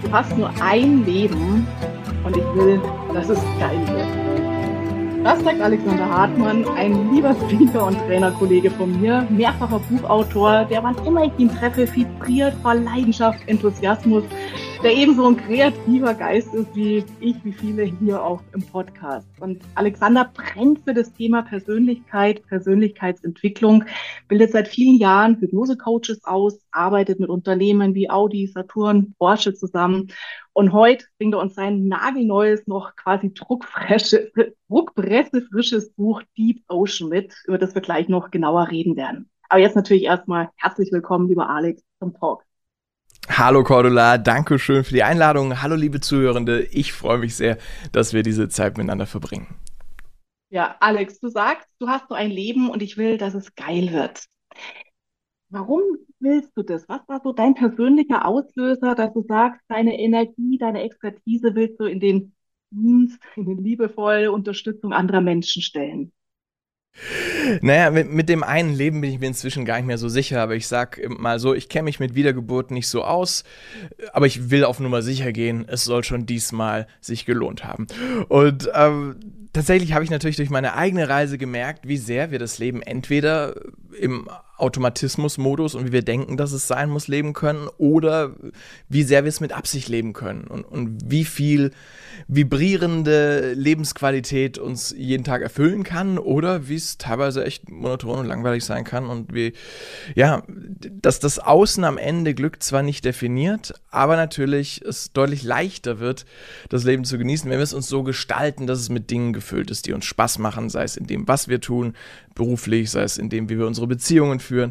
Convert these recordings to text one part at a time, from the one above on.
Du hast nur ein Leben und ich will, dass es geil wird. Das sagt Alexander Hartmann, ein lieber Speaker und Trainerkollege von mir, mehrfacher Buchautor, der, wann immer ich ihn treffe, vibriert vor Leidenschaft, Enthusiasmus, der ebenso ein kreativer Geist ist wie ich, wie viele hier auch im Podcast. Und Alexander brennt für das Thema Persönlichkeit, Persönlichkeitsentwicklung, bildet seit vielen Jahren Hypnose-Coaches aus, arbeitet mit Unternehmen wie Audi, Saturn, Porsche zusammen. Und heute bringt er uns sein nagelneues, noch quasi druckpressefrisches Buch Deep Ocean mit, über das wir gleich noch genauer reden werden. Aber jetzt natürlich erstmal herzlich willkommen, lieber Alex, zum Talk. Hallo Cordula, danke schön für die Einladung. Hallo liebe Zuhörende, ich freue mich sehr, dass wir diese Zeit miteinander verbringen. Ja, Alex, du sagst, du hast nur ein Leben und ich will, dass es geil wird. Warum willst du das? Was war so dein persönlicher Auslöser, dass du sagst, deine Energie, deine Expertise willst du in den Dienst, in die liebevolle Unterstützung anderer Menschen stellen? Naja, mit dem einen Leben bin ich mir inzwischen gar nicht mehr so sicher, aber ich sag mal so, ich kenne mich mit Wiedergeburt nicht so aus, aber ich will auf Nummer sicher gehen, es soll schon diesmal sich gelohnt haben. Und tatsächlich habe ich natürlich durch meine eigene Reise gemerkt, wie sehr wir das Leben entweder im Automatismus-Modus und wie wir denken, dass es sein muss, leben können oder wie sehr wir es mit Absicht leben können und wie viel vibrierende Lebensqualität uns jeden Tag erfüllen kann oder wie es teilweise echt monoton und langweilig sein kann und wie, ja, dass das Außen am Ende Glück zwar nicht definiert, aber natürlich es deutlich leichter wird, das Leben zu genießen, wenn wir es uns so gestalten, dass es mit Dingen gefüllt ist, die uns Spaß machen, sei es in dem, was wir tun, beruflich, sei es in dem, wie wir unsere Beziehungen führen,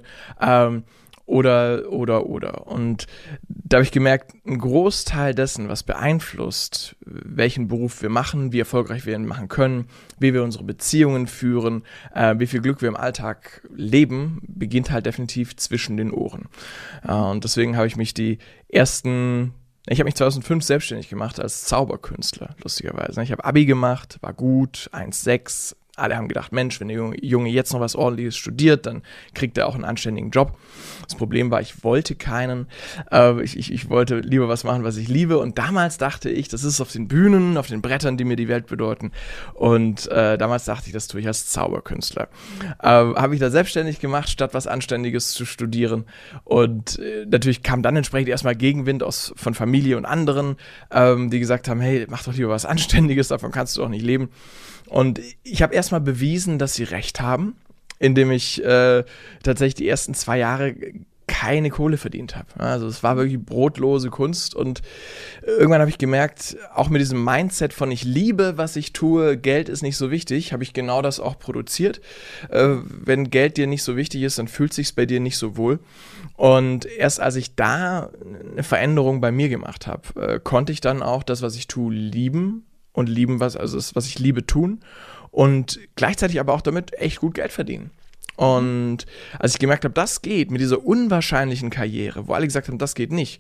oder. Und da habe ich gemerkt, ein Großteil dessen, was beeinflusst, welchen Beruf wir machen, wie erfolgreich wir ihn machen können, wie wir unsere Beziehungen führen, wie viel Glück wir im Alltag leben, beginnt halt definitiv zwischen den Ohren. Und deswegen habe ich mich ich habe mich 2005 selbstständig gemacht als Zauberkünstler, lustigerweise. Ich habe Abi gemacht, war gut, 1,6. Alle haben gedacht, Mensch, wenn der Junge jetzt noch was Ordentliches studiert, dann kriegt er auch einen anständigen Job. Das Problem war, ich wollte keinen. Ich wollte lieber was machen, was ich liebe. Und damals dachte ich, das ist auf den Bühnen, auf den Brettern, die mir die Welt bedeuten. Und damals dachte ich, das tue ich als Zauberkünstler. Habe ich da selbstständig gemacht, statt was Anständiges zu studieren. Und natürlich kam dann entsprechend erstmal Gegenwind von Familie und anderen, die gesagt haben, hey, mach doch lieber was Anständiges, davon kannst du doch nicht leben. Und ich habe erstmal bewiesen, dass sie recht haben, indem ich tatsächlich die ersten 2 Jahre keine Kohle verdient habe. Also es war wirklich brotlose Kunst und irgendwann habe ich gemerkt, auch mit diesem Mindset von ich liebe, was ich tue, Geld ist nicht so wichtig, habe ich genau das auch produziert. Wenn Geld dir nicht so wichtig ist, dann fühlt es sich bei dir nicht so wohl. Und erst als ich da eine Veränderung bei mir gemacht habe, konnte ich dann auch das, was ich tue, lieben. Und lieben, was ich liebe, tun und gleichzeitig aber auch damit echt gut Geld verdienen. Und als ich gemerkt habe, das geht mit dieser unwahrscheinlichen Karriere, wo alle gesagt haben, das geht nicht,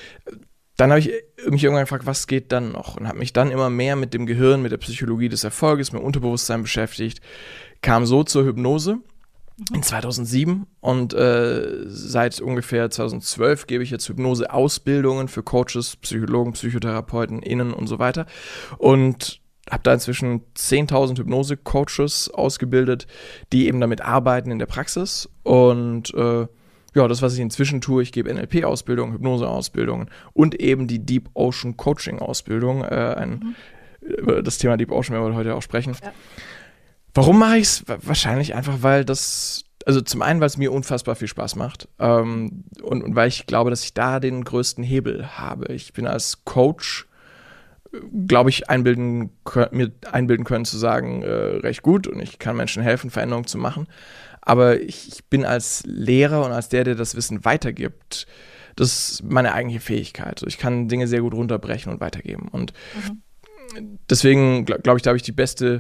dann habe ich mich irgendwann gefragt, was geht dann noch? Und habe mich dann immer mehr mit dem Gehirn, mit der Psychologie des Erfolges, mit dem Unterbewusstsein beschäftigt, kam so zur Hypnose in 2007 und seit ungefähr 2012 gebe ich jetzt Hypnose-Ausbildungen für Coaches, Psychologen, Psychotherapeuten, Innen und so weiter und habe da inzwischen 10.000 Hypnose-Coaches ausgebildet, die eben damit arbeiten in der Praxis und das, was ich inzwischen tue, ich gebe NLP-Ausbildungen, Hypnose-Ausbildungen und eben die Deep Ocean Coaching-Ausbildung. Über das Thema Deep Ocean werden wir heute auch sprechen. Ja. Warum mache ich es? Wahrscheinlich einfach, weil zum einen, weil es mir unfassbar viel Spaß macht und weil ich glaube, dass ich da den größten Hebel habe. Ich bin als Coach, glaube ich, mir einbilden können zu sagen, recht gut und ich kann Menschen helfen, Veränderungen zu machen. Aber ich bin als Lehrer und als der das Wissen weitergibt, das ist meine eigentliche Fähigkeit. Also ich kann Dinge sehr gut runterbrechen und weitergeben. Und deswegen, glaube ich, da habe ich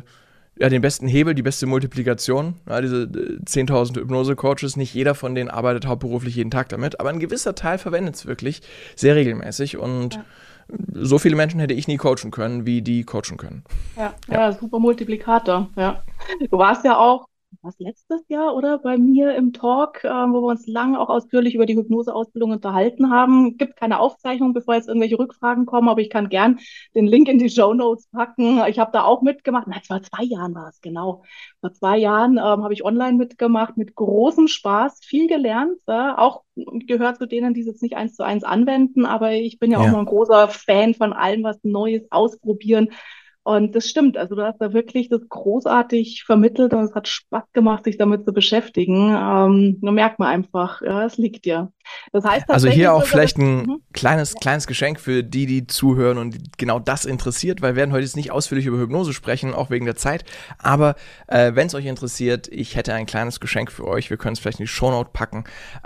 den besten Hebel, die beste Multiplikation. Ja, diese 10.000 Hypnose-Coaches, nicht jeder von denen arbeitet hauptberuflich jeden Tag damit, aber ein gewisser Teil verwendet es wirklich sehr regelmäßig und so viele Menschen hätte ich nie coachen können, wie die coachen können. Ja, super Multiplikator. Ja. Du warst ja auch was letztes Jahr oder bei mir im Talk, wo wir uns lang auch ausführlich über die Hypnoseausbildung unterhalten haben. Gibt keine Aufzeichnung, bevor jetzt irgendwelche Rückfragen kommen, aber ich kann gern den Link in die Shownotes packen. Ich habe da auch mitgemacht. Nein, vor 2 Jahren war es, genau. Vor 2 Jahren habe ich online mitgemacht, mit großem Spaß, viel gelernt. Auch gehört zu denen, die es jetzt nicht 1:1 anwenden, aber ich bin ja auch mal Ja. ein großer Fan von allem, was Neues ausprobieren. Und das stimmt, also du hast da wirklich das großartig vermittelt und es hat Spaß gemacht, sich damit zu beschäftigen. Da merkt man einfach, ja, es liegt dir. Das heißt Also hier tatsächlich auch sogar das, vielleicht ein mhm, kleines, ja, kleines Geschenk für die, die zuhören und die genau das interessiert, weil wir werden heute jetzt nicht ausführlich über Hypnose sprechen, auch wegen der Zeit. Aber wenn es euch interessiert, ich hätte ein kleines Geschenk für euch. Wir können es vielleicht in die Shownote packen.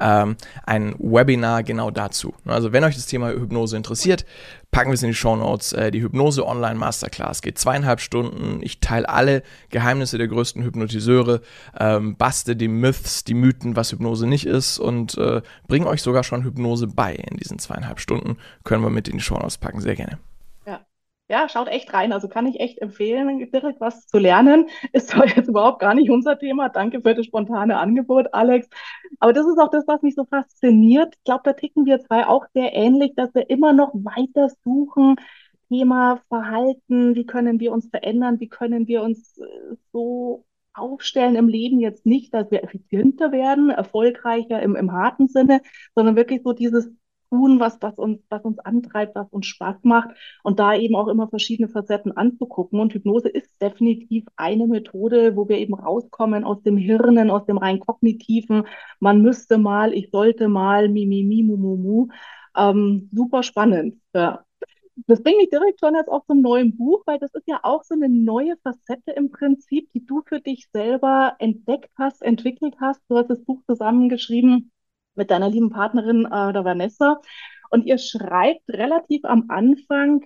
Ein Webinar genau dazu. Also wenn euch das Thema Hypnose interessiert, packen wir es in die Shownotes. Die Hypnose Online Masterclass geht 2,5 Stunden. Ich teile alle Geheimnisse der größten Hypnotiseure, baste die Myths, die Mythen, was Hypnose nicht ist und bringe euch sogar schon Hypnose bei in diesen 2,5 Stunden. Können wir mit in die Shownotes packen, sehr gerne. ja. Ja, schaut echt rein. Also kann ich echt empfehlen, direkt was zu lernen. Ist zwar jetzt überhaupt gar nicht unser Thema. Danke für das spontane Angebot, Alex. Aber das ist auch das, was mich so fasziniert. Ich glaube, da ticken wir zwei auch sehr ähnlich, dass wir immer noch weiter suchen. Thema Verhalten, wie können wir uns verändern, wie können wir uns so aufstellen im Leben, jetzt nicht, dass wir effizienter werden, erfolgreicher im harten Sinne, sondern wirklich so dieses Tun, was uns antreibt, was uns Spaß macht und da eben auch immer verschiedene Facetten anzugucken. Und Hypnose ist definitiv eine Methode, wo wir eben rauskommen aus dem Hirnen, aus dem rein kognitiven, man müsste mal, ich sollte mal, mi, mi, mi, mu, mu, mu. Super spannend. Ja. Das bringt mich direkt schon jetzt auch zum neuen Buch, weil das ist ja auch so eine neue Facette im Prinzip, die du für dich selber entdeckt hast, entwickelt hast. Du hast das Buch zusammengeschrieben mit deiner lieben Partnerin, der Vanessa. Und ihr schreibt relativ am Anfang,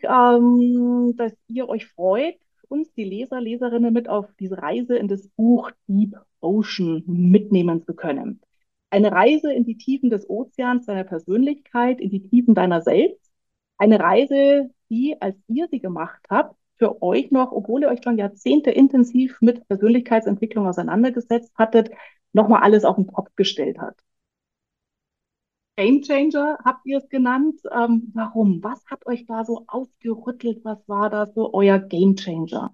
dass ihr euch freut, uns, die Leser, Leserinnen, mit auf diese Reise in das Buch Deep Ocean mitnehmen zu können. Eine Reise in die Tiefen des Ozeans deiner Persönlichkeit, in die Tiefen deiner selbst. Eine Reise, die, als ihr sie gemacht habt, für euch noch, obwohl ihr euch schon Jahrzehnte intensiv mit Persönlichkeitsentwicklung auseinandergesetzt hattet, nochmal alles auf den Kopf gestellt hat. Game Changer habt ihr es genannt. Warum? Was hat euch da so ausgerüttelt? Was war da so euer Game Changer?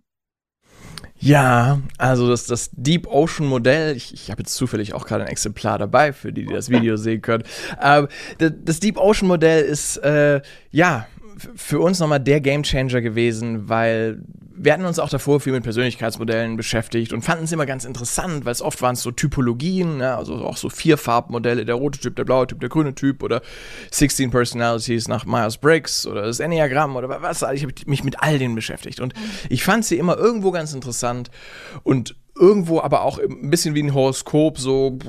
Ja, also das Deep Ocean Modell, ich habe jetzt zufällig auch gerade ein Exemplar dabei, für die das Video sehen können. Das Deep Ocean Modell ist, ja, für uns nochmal der Gamechanger gewesen, weil wir hatten uns auch davor viel mit Persönlichkeitsmodellen beschäftigt und fanden es immer ganz interessant, weil es oft waren es so Typologien, ne? Also auch so 4-Farbmodelle, der rote Typ, der blaue Typ, der grüne Typ oder 16 Personalities nach Myers-Briggs oder das Enneagramm oder was. Ich habe mich mit all denen beschäftigt und ich fand sie immer irgendwo ganz interessant und irgendwo aber auch ein bisschen wie ein Horoskop,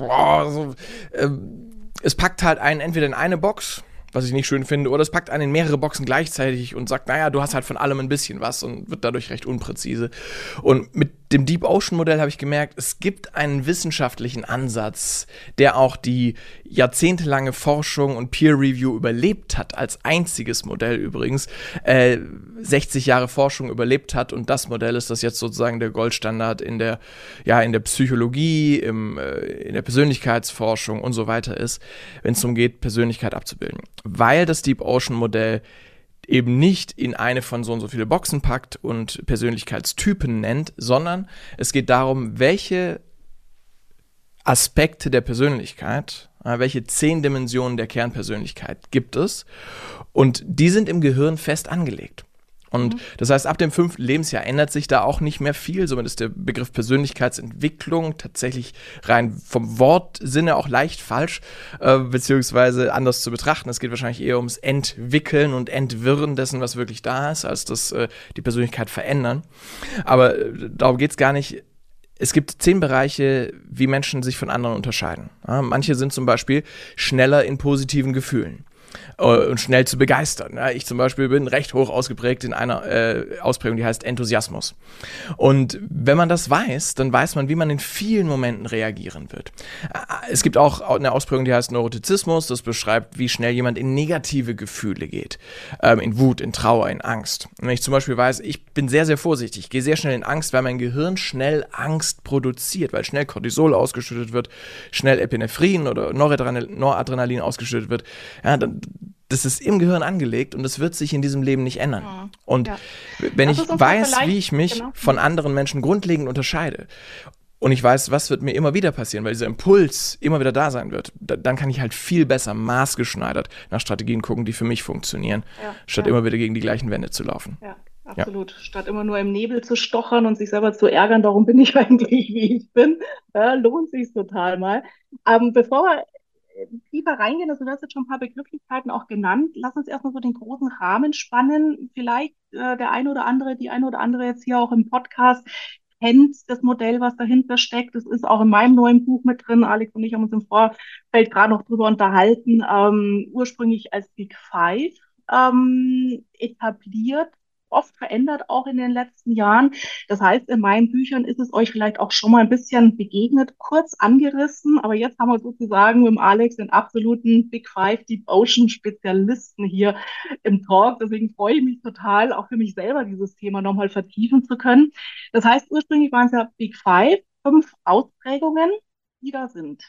es packt halt einen entweder in eine Box, was ich nicht schön finde, oder es packt einen in mehrere Boxen gleichzeitig und sagt, naja, du hast halt von allem ein bisschen was und wird dadurch recht unpräzise. Und mit dem Deep Ocean Modell habe ich gemerkt, es gibt einen wissenschaftlichen Ansatz, der auch die jahrzehntelange Forschung und Peer Review überlebt hat, als einziges Modell übrigens, 60 Jahre Forschung überlebt hat und das Modell ist das jetzt sozusagen der Goldstandard in der Psychologie, in der Persönlichkeitsforschung und so weiter ist, wenn es darum geht, Persönlichkeit abzubilden. Weil das Deep Ocean Modell eben nicht in eine von so und so viele Boxen packt und Persönlichkeitstypen nennt, sondern es geht darum, welche Aspekte der Persönlichkeit, welche 10 Dimensionen der Kernpersönlichkeit gibt es und die sind im Gehirn fest angelegt. Und das heißt, ab dem 5. Lebensjahr ändert sich da auch nicht mehr viel. Somit ist der Begriff Persönlichkeitsentwicklung tatsächlich rein vom Wortsinne auch leicht falsch, beziehungsweise anders zu betrachten. Es geht wahrscheinlich eher ums Entwickeln und Entwirren dessen, was wirklich da ist, als das die Persönlichkeit verändern. Aber darum geht es gar nicht. Es gibt 10 Bereiche, wie Menschen sich von anderen unterscheiden. Ja, manche sind zum Beispiel schneller in positiven Gefühlen. und schnell zu begeistern. Ja, ich zum Beispiel bin recht hoch ausgeprägt in einer Ausprägung, die heißt Enthusiasmus. Und wenn man das weiß, dann weiß man, wie man in vielen Momenten reagieren wird. Es gibt auch eine Ausprägung, die heißt Neurotizismus. Das beschreibt, wie schnell jemand in negative Gefühle geht. In Wut, in Trauer, in Angst. Und wenn ich zum Beispiel weiß, ich bin sehr, sehr vorsichtig, ich gehe sehr schnell in Angst, weil mein Gehirn schnell Angst produziert, weil schnell Cortisol ausgeschüttet wird, schnell Epinephrin oder Noradrenalin ausgeschüttet wird. Ja, das ist im Gehirn angelegt und das wird sich in diesem Leben nicht ändern. Ja. Und wenn ich weiß, wie ich mich von anderen Menschen grundlegend unterscheide und ich weiß, was wird mir immer wieder passieren, weil dieser Impuls immer wieder da sein wird, dann kann ich halt viel besser maßgeschneidert nach Strategien gucken, die für mich funktionieren, statt immer wieder gegen die gleichen Wände zu laufen. Ja. Absolut. Ja. Statt immer nur im Nebel zu stochern und sich selber zu ärgern, warum bin ich eigentlich, wie ich bin, lohnt sich total mal. Bevor wir tiefer reingehen, also du hast jetzt schon ein paar Begrifflichkeiten auch genannt, lass uns erstmal so den großen Rahmen spannen. Vielleicht der eine oder andere, die eine oder andere jetzt hier auch im Podcast kennt das Modell, was dahinter steckt. Das ist auch in meinem neuen Buch mit drin. Alex und ich haben uns im Vorfeld gerade noch drüber unterhalten. Ursprünglich als Big Five etabliert, oft verändert auch in den letzten Jahren. Das heißt, in meinen Büchern ist es euch vielleicht auch schon mal ein bisschen begegnet, kurz angerissen, aber jetzt haben wir sozusagen mit dem Alex den absoluten Big Five Deep Ocean Spezialisten hier im Talk. Deswegen freue ich mich total, auch für mich selber dieses Thema nochmal vertiefen zu können. Das heißt, ursprünglich waren es ja Big Five, 5 Ausprägungen, die da sind.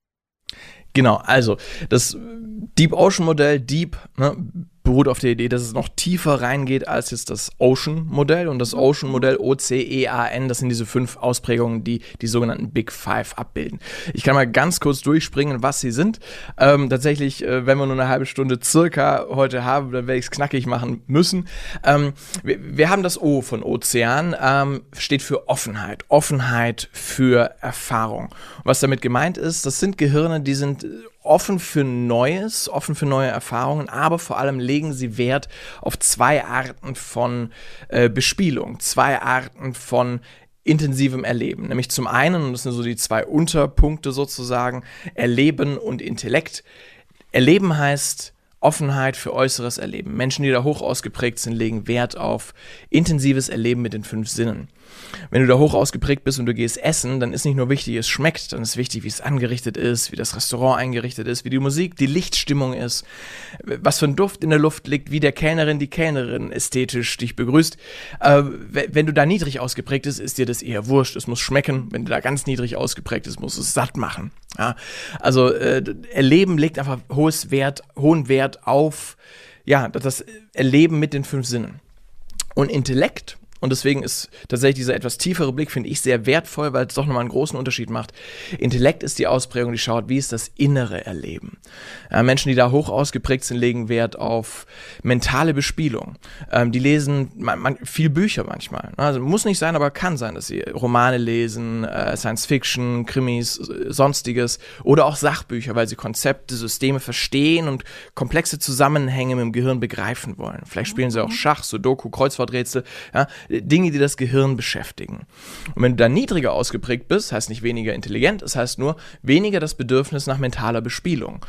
Genau, also das Deep Ocean Modell, Deep, beruht auf der Idee, dass es noch tiefer reingeht als jetzt das Ocean-Modell. Und das Ocean-Modell, OCEAN, das sind diese 5 Ausprägungen, die die sogenannten Big Five abbilden. Ich kann mal ganz kurz durchspringen, was sie sind. Tatsächlich, wenn wir nur eine halbe Stunde circa heute haben, dann werde ich es knackig machen müssen. Wir haben das O von Ozean, steht für Offenheit. Offenheit für Erfahrung. Und was damit gemeint ist, das sind Gehirne, die sind offen für Neues, offen für neue Erfahrungen, aber vor allem legen sie Wert auf 2 Arten von Bespielung, 2 Arten von intensivem Erleben. Nämlich zum einen, und das sind so die 2 Unterpunkte sozusagen, Erleben und Intellekt. Erleben heißt Offenheit für äußeres Erleben. Menschen, die da hoch ausgeprägt sind, legen Wert auf intensives Erleben mit den 5 Sinnen. Wenn du da hoch ausgeprägt bist und du gehst essen, dann ist nicht nur wichtig, wie es schmeckt, dann ist wichtig, wie es angerichtet ist, wie das Restaurant eingerichtet ist, wie die Musik, die Lichtstimmung ist, was für ein Duft in der Luft liegt, wie die Kellnerin ästhetisch dich begrüßt. Wenn du da niedrig ausgeprägt bist, ist dir das eher wurscht. Es muss schmecken. Wenn du da ganz niedrig ausgeprägt bist, muss es satt machen. Ja? Also Erleben legt einfach hohen Wert auf das Erleben mit den 5 Sinnen. Und Intellekt, und deswegen ist tatsächlich dieser etwas tiefere Blick, finde ich, sehr wertvoll, weil es doch nochmal einen großen Unterschied macht. Intellekt ist die Ausprägung, die schaut, wie ist das innere Erleben. Menschen, die da hoch ausgeprägt sind, legen Wert auf mentale Bespielung. Die lesen viel Bücher manchmal. Also muss nicht sein, aber kann sein, dass sie Romane lesen, Science Fiction, Krimis, Sonstiges oder auch Sachbücher, weil sie Konzepte, Systeme verstehen und komplexe Zusammenhänge mit dem Gehirn begreifen wollen. Vielleicht spielen sie auch Schach, Sudoku, Kreuzworträtsel, ja, Dinge, die das Gehirn beschäftigen. Und wenn du da niedriger ausgeprägt bist, heißt nicht weniger intelligent, es heißt nur weniger das Bedürfnis nach mentaler Bespielung.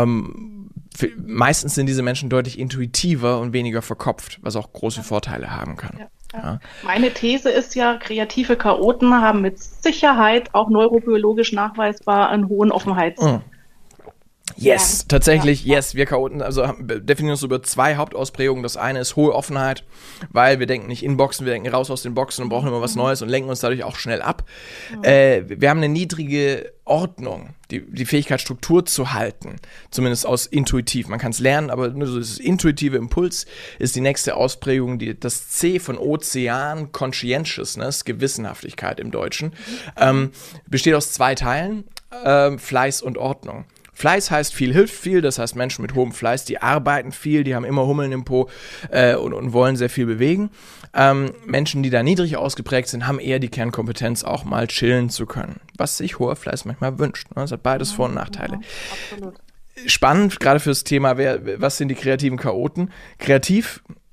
Meistens sind diese Menschen deutlich intuitiver und weniger verkopft, was auch große Vorteile haben kann. Ja. Meine These ist ja, kreative Chaoten haben mit Sicherheit auch neurobiologisch nachweisbar einen hohen Offenheitsgrad. Yes, tatsächlich, yes, wir Chaoten, also definieren uns über 2 Hauptausprägungen. Das eine ist hohe Offenheit, weil wir denken nicht in Boxen, wir denken raus aus den Boxen und brauchen immer was Neues und lenken uns dadurch auch schnell ab. Wir haben eine niedrige Ordnung, die Fähigkeit, Struktur zu halten, zumindest aus intuitiv. Man kann es lernen, aber nur so das intuitive Impuls ist die nächste Ausprägung, das C von Ozean, Conscientiousness, Gewissenhaftigkeit im Deutschen, besteht aus 2 Teilen, Fleiß und Ordnung. Fleiß heißt, viel hilft viel, das heißt Menschen mit hohem Fleiß, die arbeiten viel, die haben immer Hummeln im Po und wollen sehr viel bewegen. Menschen, die da niedrig ausgeprägt sind, haben eher die Kernkompetenz, auch mal chillen zu können, was sich hoher Fleiß manchmal wünscht. Das hat beides Vor- und Nachteile. Absolut. Spannend, gerade fürs Thema, was sind die kreativen Chaoten? Kreativ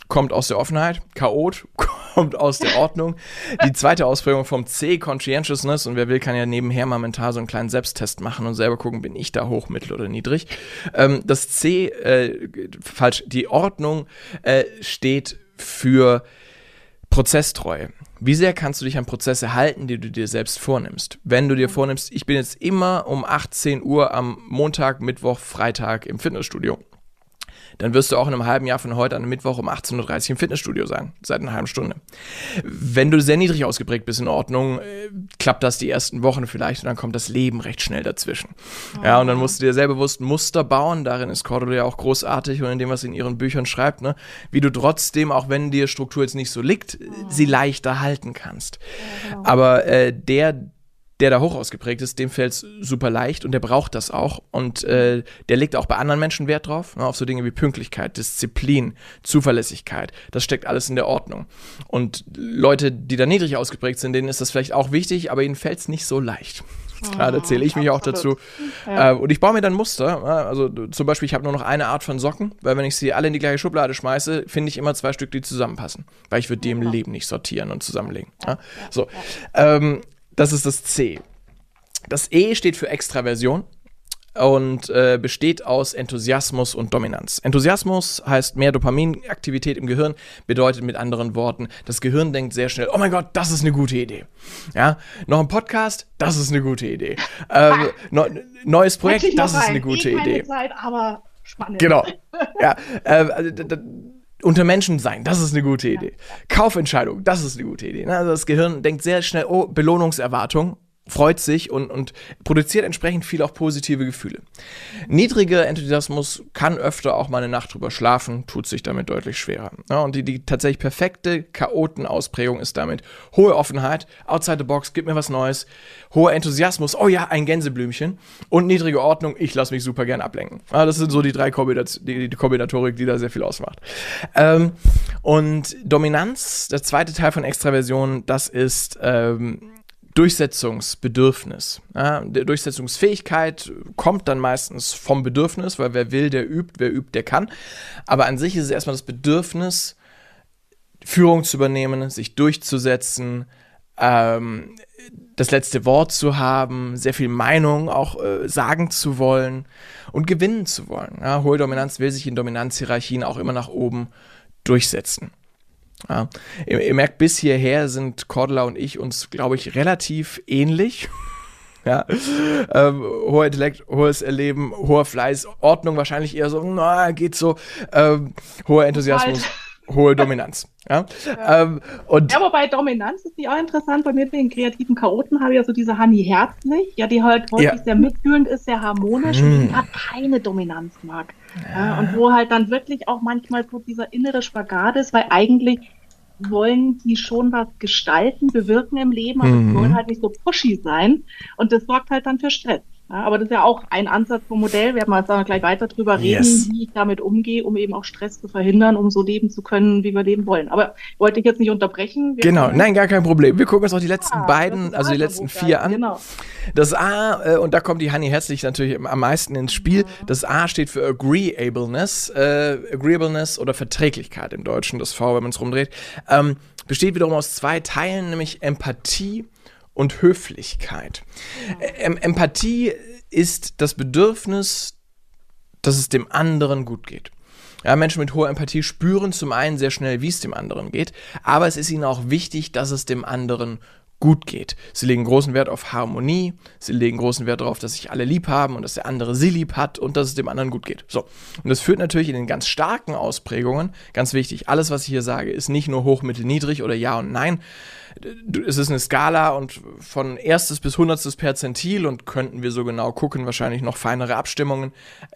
kommt aus der Offenheit, Chaot kommt aus der Ordnung. Die zweite Ausprägung vom C, Conscientiousness, und wer will, kann ja nebenher mal mental so einen kleinen Selbsttest machen und selber gucken, bin ich da hoch, mittel oder niedrig. Das C, falsch, die Ordnung steht für Prozesstreue. Wie sehr kannst du dich an Prozesse halten, die du dir selbst vornimmst? Wenn du dir vornimmst, ich bin jetzt immer um 18 Uhr am Montag, Mittwoch, Freitag im Fitnessstudio, dann wirst du auch in einem halben Jahr von heute an Mittwoch um 18.30 Uhr im Fitnessstudio sein, seit einer halben Stunde. Wenn du sehr niedrig ausgeprägt bist, in Ordnung, klappt das die ersten Wochen vielleicht und dann kommt das Leben recht schnell dazwischen. Ja, und dann musst du dir sehr bewusst Muster bauen, darin ist Cordula ja auch großartig und in dem, was sie in ihren Büchern schreibt, ne, wie du trotzdem, auch wenn dir Struktur jetzt nicht so liegt, sie leichter halten kannst. Ja, genau. Aber der da hoch ausgeprägt ist, dem fällt es super leicht und der braucht das auch. Und der legt auch bei anderen Menschen Wert drauf, ne, auf so Dinge wie Pünktlichkeit, Disziplin, Zuverlässigkeit. Das steckt alles in der Ordnung. Und Leute, die da niedrig ausgeprägt sind, denen ist das vielleicht auch wichtig, aber ihnen fällt es nicht so leicht. Ja, da zähle ich mich auch dazu. Ja. Und ich baue mir dann Muster. Also zum Beispiel, ich habe nur noch eine Art von Socken, weil wenn ich sie alle in die gleiche Schublade schmeiße, finde ich immer 2 Stück, die zusammenpassen. Weil ich würde die im Leben nicht sortieren und zusammenlegen. Ja? So. Das ist das C. Das E steht für Extraversion und besteht aus Enthusiasmus und Dominanz. Enthusiasmus heißt mehr Dopaminaktivität im Gehirn, bedeutet mit anderen Worten, das Gehirn denkt sehr schnell, oh mein Gott, das ist eine gute Idee. Ja, noch ein Podcast, das ist eine gute Idee. Neues Projekt, das ist eine gute Idee. Zeit, aber spannend. Genau. Ja, unter Menschen sein, das ist eine gute Idee. Kaufentscheidung, das ist eine gute Idee. Also das Gehirn denkt sehr schnell, oh, Belohnungserwartung, freut sich und produziert entsprechend viel auch positive Gefühle. Niedriger Enthusiasmus kann öfter auch mal eine Nacht drüber schlafen, tut sich damit deutlich schwerer. Ja, und die tatsächlich perfekte Chaotenausprägung ist damit hohe Offenheit, outside the box, gib mir was Neues, hoher Enthusiasmus, oh ja, ein Gänseblümchen und niedrige Ordnung, ich lasse mich super gern ablenken. Ja, das sind so die 3 die Kombinatorik, die da sehr viel ausmacht. Und Dominanz, der zweite Teil von Extraversion, das ist Durchsetzungsbedürfnis. Ja, der Durchsetzungsfähigkeit kommt dann meistens vom Bedürfnis, weil wer will, der übt, wer übt, der kann. Aber an sich ist es erstmal das Bedürfnis, Führung zu übernehmen, sich durchzusetzen, das letzte Wort zu haben, sehr viel Meinung auch sagen zu wollen und gewinnen zu wollen. Ja, hohe Dominanz will sich in Dominanzhierarchien auch immer nach oben durchsetzen. Ja. Ihr merkt, bis hierher sind Cordula und ich uns, glaube ich, relativ ähnlich. Ja. Hoher Intellekt, hohes Erleben, hoher Fleiß, Ordnung wahrscheinlich eher so, na, geht so, hoher Enthusiasmus, hohe Dominanz. Ja. Wobei Dominanz ist die auch interessant, bei mir den kreativen Chaoten habe ich ja so diese Hanni Herzlich, ja, die halt häufig sehr mitfühlend ist, sehr harmonisch und die hat keine Dominanz mag. Ja, und wo halt dann wirklich auch manchmal so dieser innere Spagat ist, weil eigentlich wollen die schon was gestalten, bewirken im Leben, aber die wollen halt nicht so pushy sein und das sorgt halt dann für Stress. Ja, aber das ist ja auch ein Ansatz vom Modell, werden wir jetzt gleich weiter drüber reden, wie ich damit umgehe, um eben auch Stress zu verhindern, um so leben zu können, wie wir leben wollen. Aber wollte ich jetzt nicht unterbrechen. Genau, nein, gar kein Problem. Wir gucken uns auch die letzten beiden, also die letzten 4 an. Genau. Das A, und da kommt die Hanni Herzlich natürlich am meisten ins Spiel, das A steht für Agreeableness, Agreeableness oder Verträglichkeit im Deutschen, das V, wenn man es rumdreht, besteht wiederum aus 2 Teilen, nämlich Empathie und Höflichkeit. Empathie ist das Bedürfnis, dass es dem anderen gut geht. Ja, Menschen mit hoher Empathie spüren zum einen sehr schnell, wie es dem anderen geht, aber es ist ihnen auch wichtig, dass es dem anderen gut geht. Sie legen großen Wert auf Harmonie, sie legen großen Wert darauf, dass sich alle lieb haben und dass der andere sie lieb hat und dass es dem anderen gut geht. So. Und das führt natürlich in den ganz starken Ausprägungen, ganz wichtig, alles, was ich hier sage, ist nicht nur hoch, mittel, niedrig oder ja und nein. Es ist eine Skala und von 1. bis 100. Perzentil und könnten wir so genau gucken, wahrscheinlich noch feinere Abstimmungen,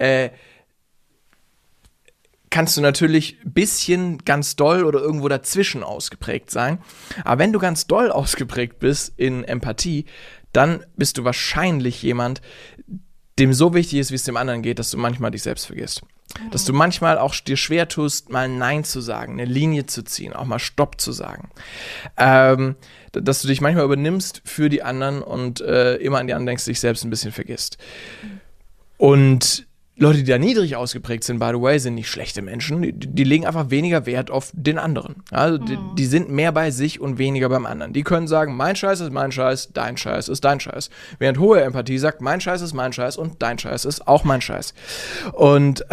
kannst du natürlich ein bisschen ganz doll oder irgendwo dazwischen ausgeprägt sein. Aber wenn du ganz doll ausgeprägt bist in Empathie, dann bist du wahrscheinlich jemand, dem so wichtig ist, wie es dem anderen geht, dass du manchmal dich selbst vergisst. Dass du manchmal auch dir schwer tust, mal Nein zu sagen, eine Linie zu ziehen, auch mal Stopp zu sagen. Dass du dich manchmal übernimmst für die anderen und immer an die anderen denkst, dich selbst ein bisschen vergisst. Und Leute, die da niedrig ausgeprägt sind, by the way, sind nicht schlechte Menschen. Die legen einfach weniger Wert auf den anderen. Also die sind mehr bei sich und weniger beim anderen. Die können sagen, mein Scheiß ist mein Scheiß, dein Scheiß ist dein Scheiß. Während hohe Empathie sagt, mein Scheiß ist mein Scheiß und dein Scheiß ist auch mein Scheiß. Und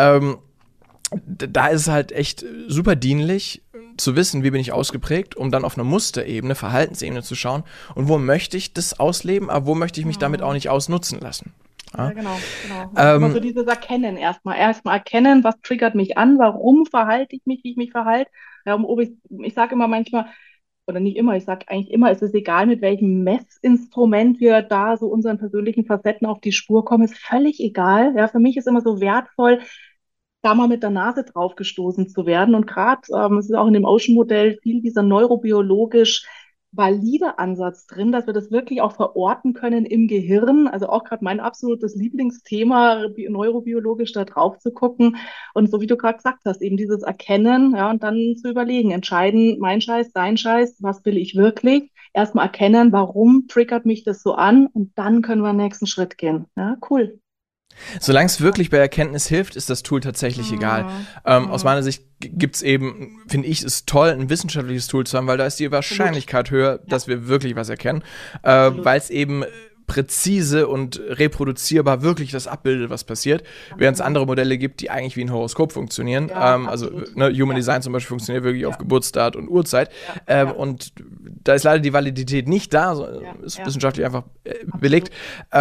da ist es halt echt super dienlich zu wissen, wie bin ich ausgeprägt, um dann auf einer Musterebene, Verhaltensebene zu schauen und wo möchte ich das ausleben, aber wo möchte ich mich damit auch nicht ausnutzen lassen. Ja, genau. Also dieses Erkennen erstmal erkennen, was triggert mich an, warum verhalte ich mich, wie ich mich verhalte. Ja, ich sage immer manchmal, oder nicht immer, ich sage eigentlich immer, es ist egal, mit welchem Messinstrument wir da so unseren persönlichen Facetten auf die Spur kommen, ist völlig egal. Ja, für mich ist immer so wertvoll, da mal mit der Nase drauf gestoßen zu werden. Und gerade, es ist auch in dem Ocean-Modell viel dieser neurobiologisch valide Ansatz drin, dass wir das wirklich auch verorten können im Gehirn. Also auch gerade mein absolutes Lieblingsthema, neurobiologisch da drauf zu gucken. Und so wie du gerade gesagt hast, eben dieses Erkennen, ja, und dann zu überlegen, entscheiden, mein Scheiß, dein Scheiß, was will ich wirklich? Erstmal erkennen, warum triggert mich das so an? Und dann können wir den nächsten Schritt gehen. Ja, cool. Solange es wirklich bei Erkenntnis hilft, ist das Tool tatsächlich egal. Aus meiner Sicht gibt es eben, finde ich, es toll, ein wissenschaftliches Tool zu haben, weil da ist die Wahrscheinlichkeit höher, dass wir wirklich was erkennen, weil es eben präzise und reproduzierbar wirklich das abbildet, was passiert, während es andere Modelle gibt, die eigentlich wie ein Horoskop funktionieren. Human Design zum Beispiel funktioniert wirklich auf Geburtsdat und Uhrzeit. Und da ist leider die Validität nicht da, ist wissenschaftlich einfach belegt.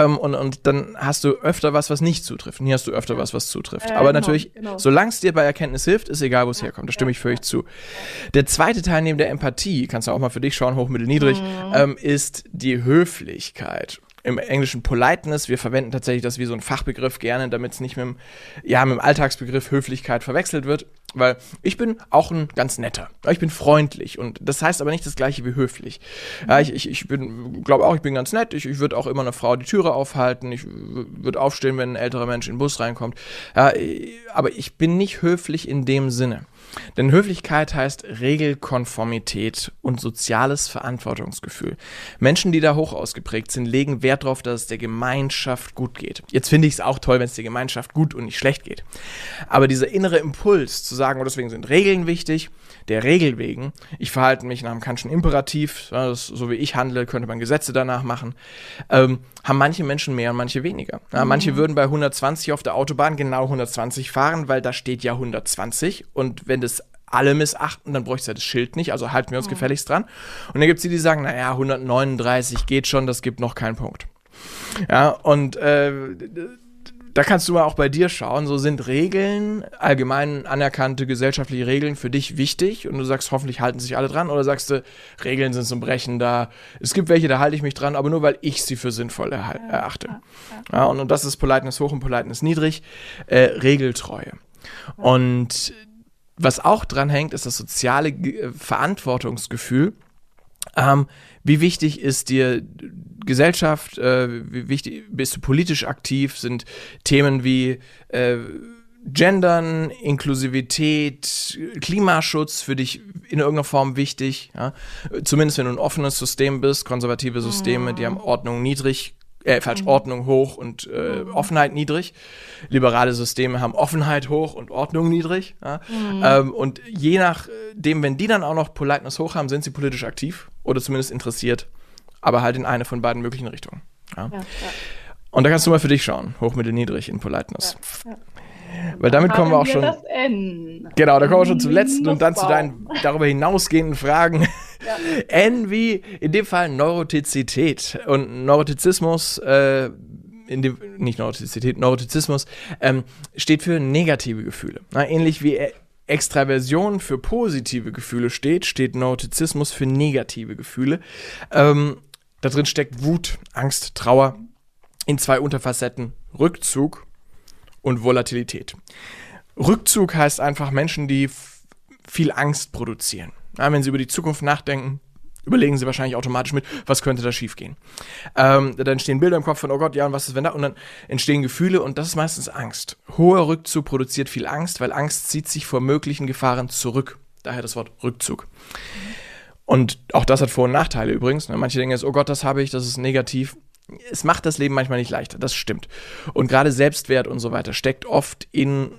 Und dann hast du öfter was nicht zutrifft. Und hier hast du öfter was zutrifft. Aber natürlich, solange es dir bei Erkenntnis hilft, ist egal, wo es herkommt. Da stimme ich völlig zu. Der zweite Teil neben der Empathie, kannst du auch mal für dich schauen, hoch, mittel, niedrig, ist die Höflichkeit. Im Englischen Politeness, wir verwenden tatsächlich das wie so ein Fachbegriff gerne, damit es nicht mit dem Alltagsbegriff Höflichkeit verwechselt wird, weil ich bin auch ein ganz netter, ich bin freundlich und das heißt aber nicht das gleiche wie höflich. Ja, ich glaube auch, ich bin ganz nett, ich würde auch immer einer Frau die Türe aufhalten, ich würde aufstehen, wenn ein älterer Mensch in den Bus reinkommt, ja, aber ich bin nicht höflich in dem Sinne. Denn Höflichkeit heißt Regelkonformität und soziales Verantwortungsgefühl. Menschen, die da hoch ausgeprägt sind, legen Wert darauf, dass es der Gemeinschaft gut geht. Jetzt finde ich es auch toll, wenn es der Gemeinschaft gut und nicht schlecht geht. Aber dieser innere Impuls zu sagen, deswegen sind Regeln wichtig, der Regel wegen, ich verhalte mich nach dem Kantschen Imperativ, so wie ich handle, könnte man Gesetze danach machen, haben manche Menschen mehr und manche weniger. Ja, manche würden bei 120 auf der Autobahn genau 120 fahren, weil da steht ja 120 und wenn das alle missachten, dann bräuchte es ja das Schild nicht, also halten wir uns gefälligst dran. Und dann gibt es die sagen, 139 geht schon, das gibt noch keinen Punkt. Ja, und da kannst du mal auch bei dir schauen, so sind Regeln, allgemein anerkannte gesellschaftliche Regeln für dich wichtig und du sagst, hoffentlich halten sich alle dran oder sagst du, Regeln sind zum Brechen da, es gibt welche, da halte ich mich dran, aber nur, weil ich sie für sinnvoll erachte. Ja, und das ist Politeness hoch und Politeness niedrig, Regeltreue. Und was auch dran hängt, ist das soziale Verantwortungsgefühl. Wie wichtig ist dir Gesellschaft, wie wichtig bist du politisch aktiv, sind Themen wie Gendern, Inklusivität, Klimaschutz für dich in irgendeiner Form wichtig, ja? Zumindest wenn du ein offenes System bist, konservative Systeme, die haben Ordnung niedrig, Ordnung hoch und Offenheit niedrig. Liberale Systeme haben Offenheit hoch und Ordnung niedrig. Ja? Und je nachdem, wenn die dann auch noch Politeness hoch haben, sind sie politisch aktiv oder zumindest interessiert, aber halt in eine von beiden möglichen Richtungen. Ja? Und da kannst du mal für dich schauen, hoch, mittel, niedrig in Politeness. Weil damit kommen wir auch schon. Das N. Genau, da kommen wir schon zum letzten und dann zu deinen darüber hinausgehenden Fragen. N wie in dem Fall Neurotizität und Neurotizismus, Neurotizismus steht für negative Gefühle. Ähnlich wie Extraversion für positive Gefühle steht Neurotizismus für negative Gefühle. Da drin steckt Wut, Angst, Trauer in zwei Unterfacetten, Rückzug und Volatilität. Rückzug heißt einfach Menschen, die viel Angst produzieren. Ja, wenn sie über die Zukunft nachdenken, überlegen sie wahrscheinlich automatisch mit, was könnte da schiefgehen. Dann entstehen Bilder im Kopf von, oh Gott, ja, und was ist, wenn da? Und dann entstehen Gefühle und das ist meistens Angst. Hoher Rückzug produziert viel Angst, weil Angst zieht sich vor möglichen Gefahren zurück. Daher das Wort Rückzug. Und auch das hat Vor- und Nachteile übrigens. Manche denken jetzt, oh Gott, das habe ich, das ist negativ. es macht das Leben manchmal nicht leichter, das stimmt. Und gerade Selbstwert und so weiter steckt oft in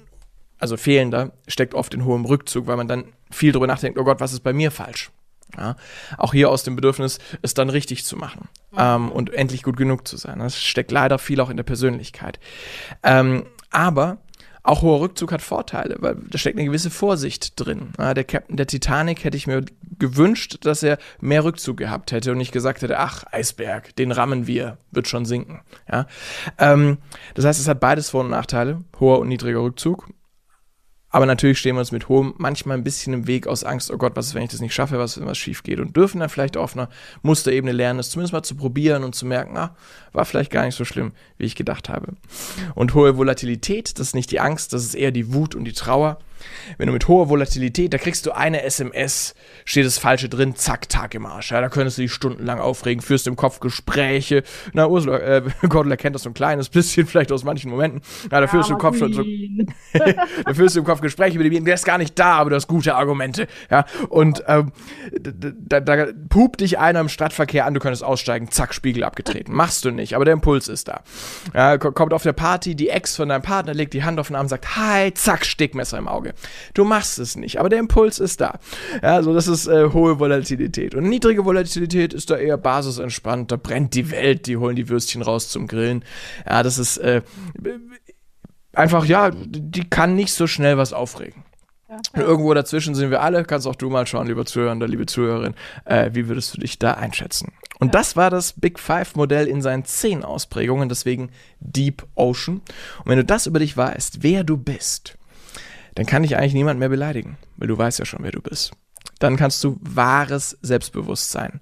hohem Rückzug, weil man dann viel drüber nachdenkt, oh Gott, was ist bei mir falsch? Ja, auch hier aus dem Bedürfnis, es dann richtig zu machen und endlich gut genug zu sein. Das steckt leider viel auch in der Persönlichkeit. Aber auch hoher Rückzug hat Vorteile, weil da steckt eine gewisse Vorsicht drin. Ja, der Captain der Titanic hätte ich mir gewünscht, dass er mehr Rückzug gehabt hätte und nicht gesagt hätte, ach, Eisberg, den rammen wir, wird schon sinken. Ja? Das heißt, es hat beides Vor- und Nachteile, hoher und niedriger Rückzug. Aber natürlich stehen wir uns mit hohem manchmal ein bisschen im Weg aus Angst, oh Gott, was ist, wenn ich das nicht schaffe, was, wenn was schief geht, und dürfen dann vielleicht auf einer Musterebene lernen, es zumindest mal zu probieren und zu merken, war vielleicht gar nicht so schlimm, wie ich gedacht habe. Und hohe Volatilität, das ist nicht die Angst, das ist eher die Wut und die Trauer. Wenn du mit hoher Volatilität, da kriegst du eine SMS, steht das Falsche drin, zack, Tag im Arsch. Ja, da könntest du dich stundenlang aufregen, führst im Kopf Gespräche. Na, Ursula, Gordel erkennt das so ein kleines bisschen, vielleicht aus manchen Momenten. Ja, da führst du im Kopf schon so, da führst du im Kopf Gespräche mit dem, der ist gar nicht da, aber du hast gute Argumente. Ja, und da pupt dich einer im Stadtverkehr an, du könntest aussteigen, zack, Spiegel abgetreten. Machst du nicht, aber der Impuls ist da. Ja, kommt auf der Party, die Ex von deinem Partner legt die Hand auf den Arm und sagt, hi, zack, Stickmesser im Auge. Du machst es nicht, aber der Impuls ist da. Ja, also das ist hohe Volatilität. Und niedrige Volatilität ist da eher basisentspannt. Da brennt die Welt, die holen die Würstchen raus zum Grillen. Ja, das ist einfach, ja, die kann nicht so schnell was aufregen. Ja. Und irgendwo dazwischen sind wir alle. Kannst auch du mal schauen, lieber Zuhörer, liebe Zuhörerin, wie würdest du dich da einschätzen? Und das war das Big Five-Modell in seinen 10 Ausprägungen, deswegen Deep Ocean. Und wenn du das über dich weißt, wer du bist, dann kann dich eigentlich niemand mehr beleidigen, weil du weißt ja schon, wer du bist. Dann kannst du wahres Selbstbewusstsein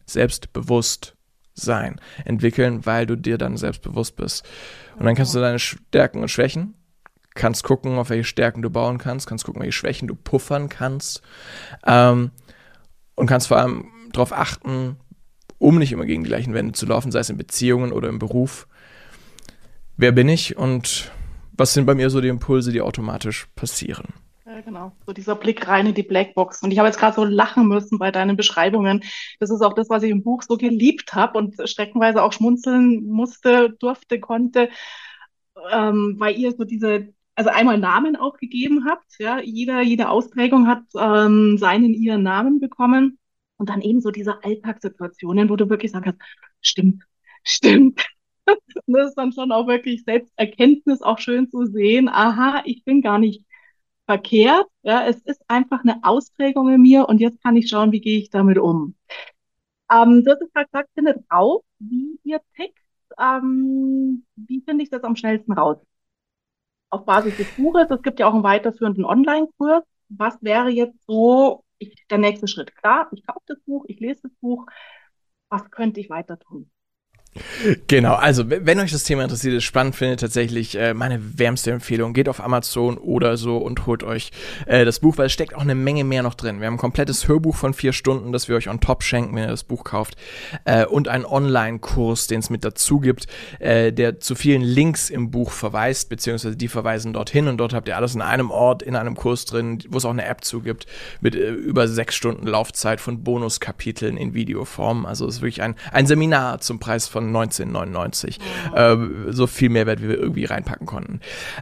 entwickeln, weil du dir dann selbstbewusst bist. Und dann kannst du deine Stärken und Schwächen, kannst gucken, auf welche Stärken du bauen kannst gucken, welche Schwächen du puffern kannst und kannst vor allem darauf achten, um nicht immer gegen die gleichen Wände zu laufen, sei es in Beziehungen oder im Beruf. Wer bin ich und was sind bei mir so die Impulse, die automatisch passieren? Ja, genau. So dieser Blick rein in die Blackbox. Und ich habe jetzt gerade so lachen müssen bei deinen Beschreibungen. Das ist auch das, was ich im Buch so geliebt habe und streckenweise auch schmunzeln musste, durfte, konnte, weil ihr so also einmal Namen auch gegeben habt. Ja, jede Ausprägung hat ihren Namen bekommen. Und dann eben so diese Alltagssituationen, wo du wirklich sagst, stimmt. Und das ist dann schon auch wirklich Selbsterkenntnis, auch schön zu sehen. Aha, ich bin gar nicht verkehrt. Ja, es ist einfach eine Ausprägung in mir und jetzt kann ich schauen, wie gehe ich damit um. Du hast es gerade gesagt, findet raus, wie ihr tickt. Wie finde ich das am schnellsten raus? Auf Basis des Buches. Es gibt ja auch einen weiterführenden Online-Kurs. Was wäre jetzt so der nächste Schritt? Klar, ich kaufe das Buch, ich lese das Buch. Was könnte ich weiter tun? Genau, also wenn euch das Thema interessiert, ist spannend findet, tatsächlich meine wärmste Empfehlung, geht auf Amazon oder so und holt euch das Buch, weil es steckt auch eine Menge mehr noch drin. Wir haben ein komplettes Hörbuch von 4 Stunden, das wir euch on top schenken, wenn ihr das Buch kauft, und einen Online-Kurs, den es mit dazu gibt, der zu vielen Links im Buch verweist, beziehungsweise die verweisen dorthin und dort habt ihr alles in einem Ort, in einem Kurs drin, wo es auch eine App zu gibt, mit über 6 Stunden Laufzeit von Bonuskapiteln in Videoform. Also es ist wirklich ein Seminar zum Preis von 19,99. So viel Mehrwert, wie wir irgendwie reinpacken konnten.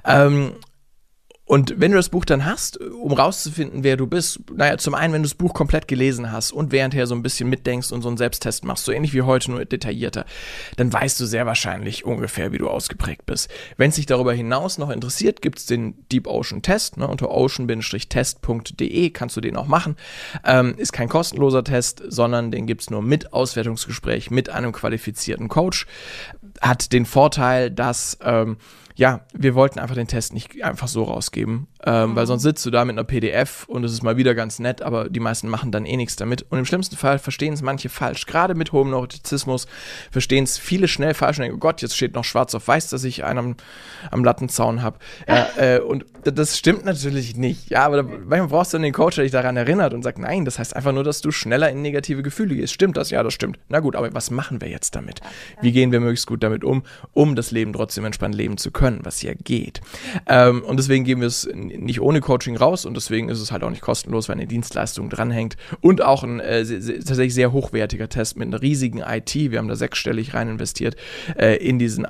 Und wenn du das Buch dann hast, um rauszufinden, wer du bist, naja, zum einen, wenn du das Buch komplett gelesen hast und währendher so ein bisschen mitdenkst und so einen Selbsttest machst, so ähnlich wie heute, nur detaillierter, dann weißt du sehr wahrscheinlich ungefähr, wie du ausgeprägt bist. Wenn es dich darüber hinaus noch interessiert, gibt es den Deep Ocean Test, ne, unter ocean-test.de kannst du den auch machen. Ist kein kostenloser Test, sondern den gibt es nur mit Auswertungsgespräch, mit einem qualifizierten Coach. Hat den Vorteil, dass wir wollten einfach den Test nicht einfach so rausgeben, weil sonst sitzt du da mit einer PDF und es ist mal wieder ganz nett, aber die meisten machen dann eh nichts damit. Und im schlimmsten Fall verstehen es manche falsch. Gerade mit hohem Neurotizismus verstehen es viele schnell falsch und denken, oh Gott, jetzt steht noch schwarz auf weiß, dass ich einen am Lattenzaun habe. Und das stimmt natürlich nicht. Ja, aber manchmal brauchst du dann den Coach, der dich daran erinnert und sagt, nein, das heißt einfach nur, dass du schneller in negative Gefühle gehst. Stimmt das? Ja, das stimmt. Na gut, aber was machen wir jetzt damit? Wie gehen wir möglichst gut damit um das Leben trotzdem entspannt leben zu können, was ja geht. Und deswegen geben wir es nicht ohne Coaching raus und deswegen ist es halt auch nicht kostenlos, weil eine Dienstleistung dranhängt und auch ein tatsächlich sehr hochwertiger Test mit einer riesigen IT. Wir haben da sechsstellig rein investiert in diese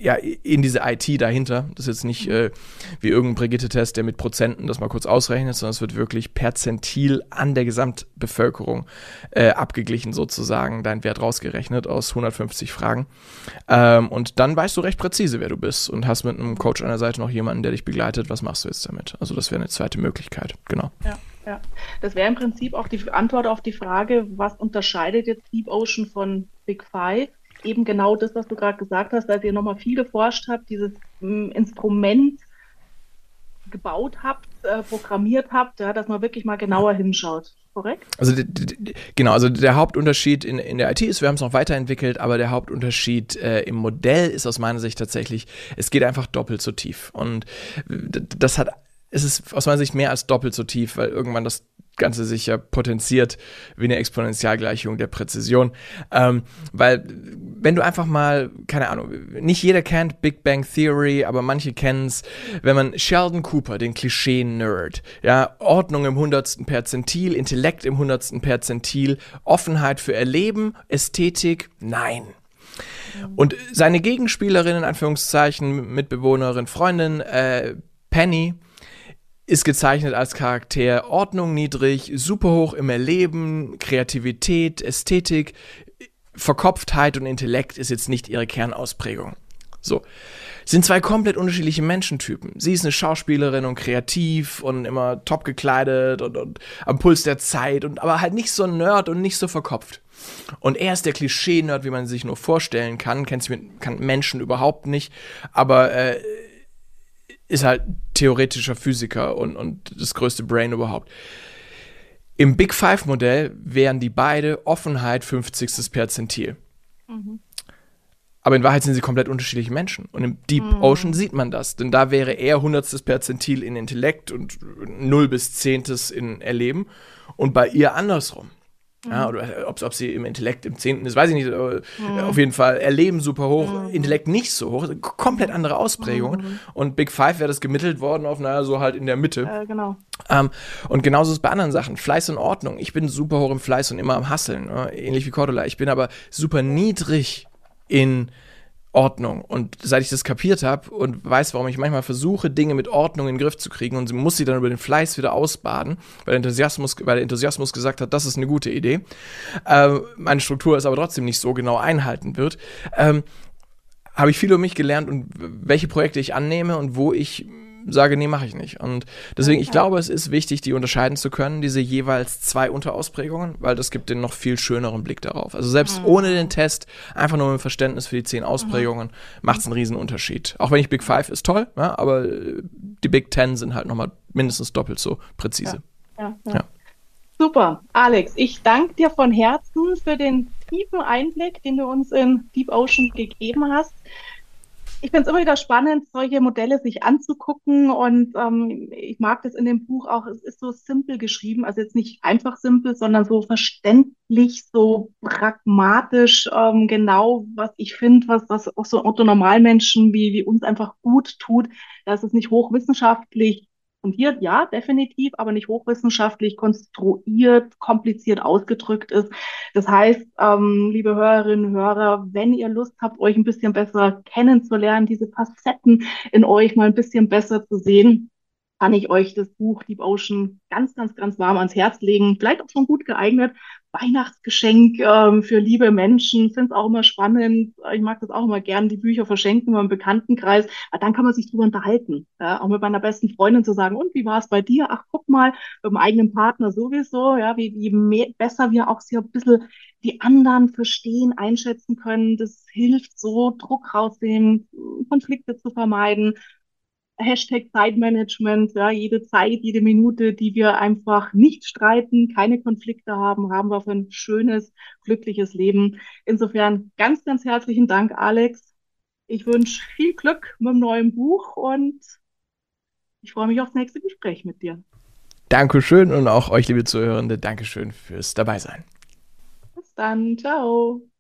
IT dahinter. Das ist jetzt nicht wie irgendein Brigitte-Test, der mit Prozenten das mal kurz ausrechnet, sondern es wird wirklich perzentil an der Gesamtbevölkerung abgeglichen sozusagen, dein Wert rausgerechnet aus 150 Fragen. Und dann weißt du recht präzise, wer du bist und hast mit einem Coach an der Seite noch jemanden, der dich begleitet. Was machst du jetzt damit? Also das wäre eine zweite Möglichkeit, genau. Ja, ja. Das wäre im Prinzip auch die Antwort auf die Frage, was unterscheidet jetzt DeepOcean von Big Five? Eben genau das, was du gerade gesagt hast, als ihr nochmal viel geforscht habt, dieses Instrument gebaut habt, programmiert habt, ja, dass man wirklich mal genauer hinschaut. Korrekt? Also genau, also der Hauptunterschied in der IT ist, wir haben es noch weiterentwickelt, aber der Hauptunterschied im Modell ist aus meiner Sicht tatsächlich, es geht einfach doppelt so tief. Und es ist aus meiner Sicht mehr als doppelt so tief, weil irgendwann das Ganze sich ja potenziert wie eine Exponentialgleichung der Präzision. Weil wenn du einfach mal, keine Ahnung, nicht jeder kennt Big Bang Theory, aber manche kennen es, wenn man Sheldon Cooper, den Klischee-Nerd, ja, Ordnung im 100. Perzentil, Intellekt im 100. Perzentil, Offenheit für Erleben, Ästhetik, nein. Und seine Gegenspielerin, in Anführungszeichen, Mitbewohnerin, Freundin, Penny, ist gezeichnet als Charakter Ordnung niedrig, super hoch im Erleben, Kreativität, Ästhetik, Verkopftheit und Intellekt ist jetzt nicht ihre Kernausprägung. So. Sind zwei komplett unterschiedliche Menschentypen. Sie ist eine Schauspielerin und kreativ und immer top gekleidet und am Puls der Zeit, aber halt nicht so ein Nerd und nicht so verkopft. Und er ist der Klischee-Nerd, wie man sich nur vorstellen kann, kann Menschen überhaupt nicht, aber ist halt theoretischer Physiker und das größte Brain überhaupt. Im Big Five-Modell wären die beide Offenheit 50. Perzentil. Mhm. Aber in Wahrheit sind sie komplett unterschiedliche Menschen. Und im Deep Ocean sieht man das. Denn da wäre er 100. Perzentil in Intellekt und 0 bis 10. in Erleben. Und bei ihr andersrum. Ja, oder ob sie im Intellekt im 10. ist, weiß ich nicht. Aber auf jeden Fall Erleben super hoch, Intellekt nicht so hoch. Komplett andere Ausprägungen. Und Big Five wäre das gemittelt worden auf, so halt in der Mitte. Genau. Und genauso ist es bei anderen Sachen. Fleiß und Ordnung. Ich bin super hoch im Fleiß und immer am Hustlen. Ähnlich wie Cordula. Ich bin aber super niedrig in Ordnung. Und seit ich das kapiert habe und weiß, warum ich manchmal versuche, Dinge mit Ordnung in den Griff zu kriegen und sie muss sie dann über den Fleiß wieder ausbaden, weil der Enthusiasmus gesagt hat, das ist eine gute Idee, meine Struktur es aber trotzdem nicht so genau einhalten wird, habe ich viel über mich gelernt und welche Projekte ich annehme und wo ich sage, nee, mache ich nicht. Und deswegen, ich glaube, es ist wichtig, die unterscheiden zu können, diese jeweils zwei Unterausprägungen, weil das gibt den noch viel schöneren Blick darauf. Also selbst ohne den Test, einfach nur mit Verständnis für die 10 Ausprägungen, macht es einen riesen Unterschied. Auch wenn ich Big Five ist toll, ja, aber die Big 10 sind halt nochmal mindestens doppelt so präzise. Ja. Super, Alex, ich danke dir von Herzen für den tiefen Einblick, den du uns in Deep Ocean gegeben hast. Ich finde es immer wieder spannend, solche Modelle sich anzugucken und ich mag das in dem Buch auch, es ist so simpel geschrieben, also jetzt nicht einfach simpel, sondern so verständlich, so pragmatisch, genau, was ich finde, was auch so Otto Normalmenschen wie uns einfach gut tut, dass es nicht hochwissenschaftlich fundiert, ja, definitiv, aber nicht hochwissenschaftlich konstruiert, kompliziert ausgedrückt ist. Das heißt, liebe Hörerinnen und Hörer, wenn ihr Lust habt, euch ein bisschen besser kennenzulernen, diese Facetten in euch mal ein bisschen besser zu sehen, kann ich euch das Buch Deep Ocean ganz, ganz, ganz warm ans Herz legen. Vielleicht auch schon gut geeignet. Weihnachtsgeschenk für liebe Menschen. Finde es auch immer spannend. Ich mag das auch immer gern, die Bücher verschenken beim Bekanntenkreis. Aber dann kann man sich drüber unterhalten. Ja, auch mit meiner besten Freundin zu sagen, und wie war es bei dir? Ach, guck mal, mit dem eigenen Partner sowieso. Ja, wie mehr, besser wir auch so ein bisschen die anderen verstehen, einschätzen können. Das hilft so, Druck rausnehmen, Konflikte zu vermeiden. Hashtag Zeitmanagement, ja, jede Zeit, jede Minute, die wir einfach nicht streiten, keine Konflikte haben, haben wir für ein schönes, glückliches Leben. Insofern ganz, ganz herzlichen Dank, Alex. Ich wünsche viel Glück mit dem neuen Buch und ich freue mich aufs nächste Gespräch mit dir. Dankeschön und auch euch, liebe Zuhörende, Dankeschön fürs Dabeisein. Bis dann, ciao.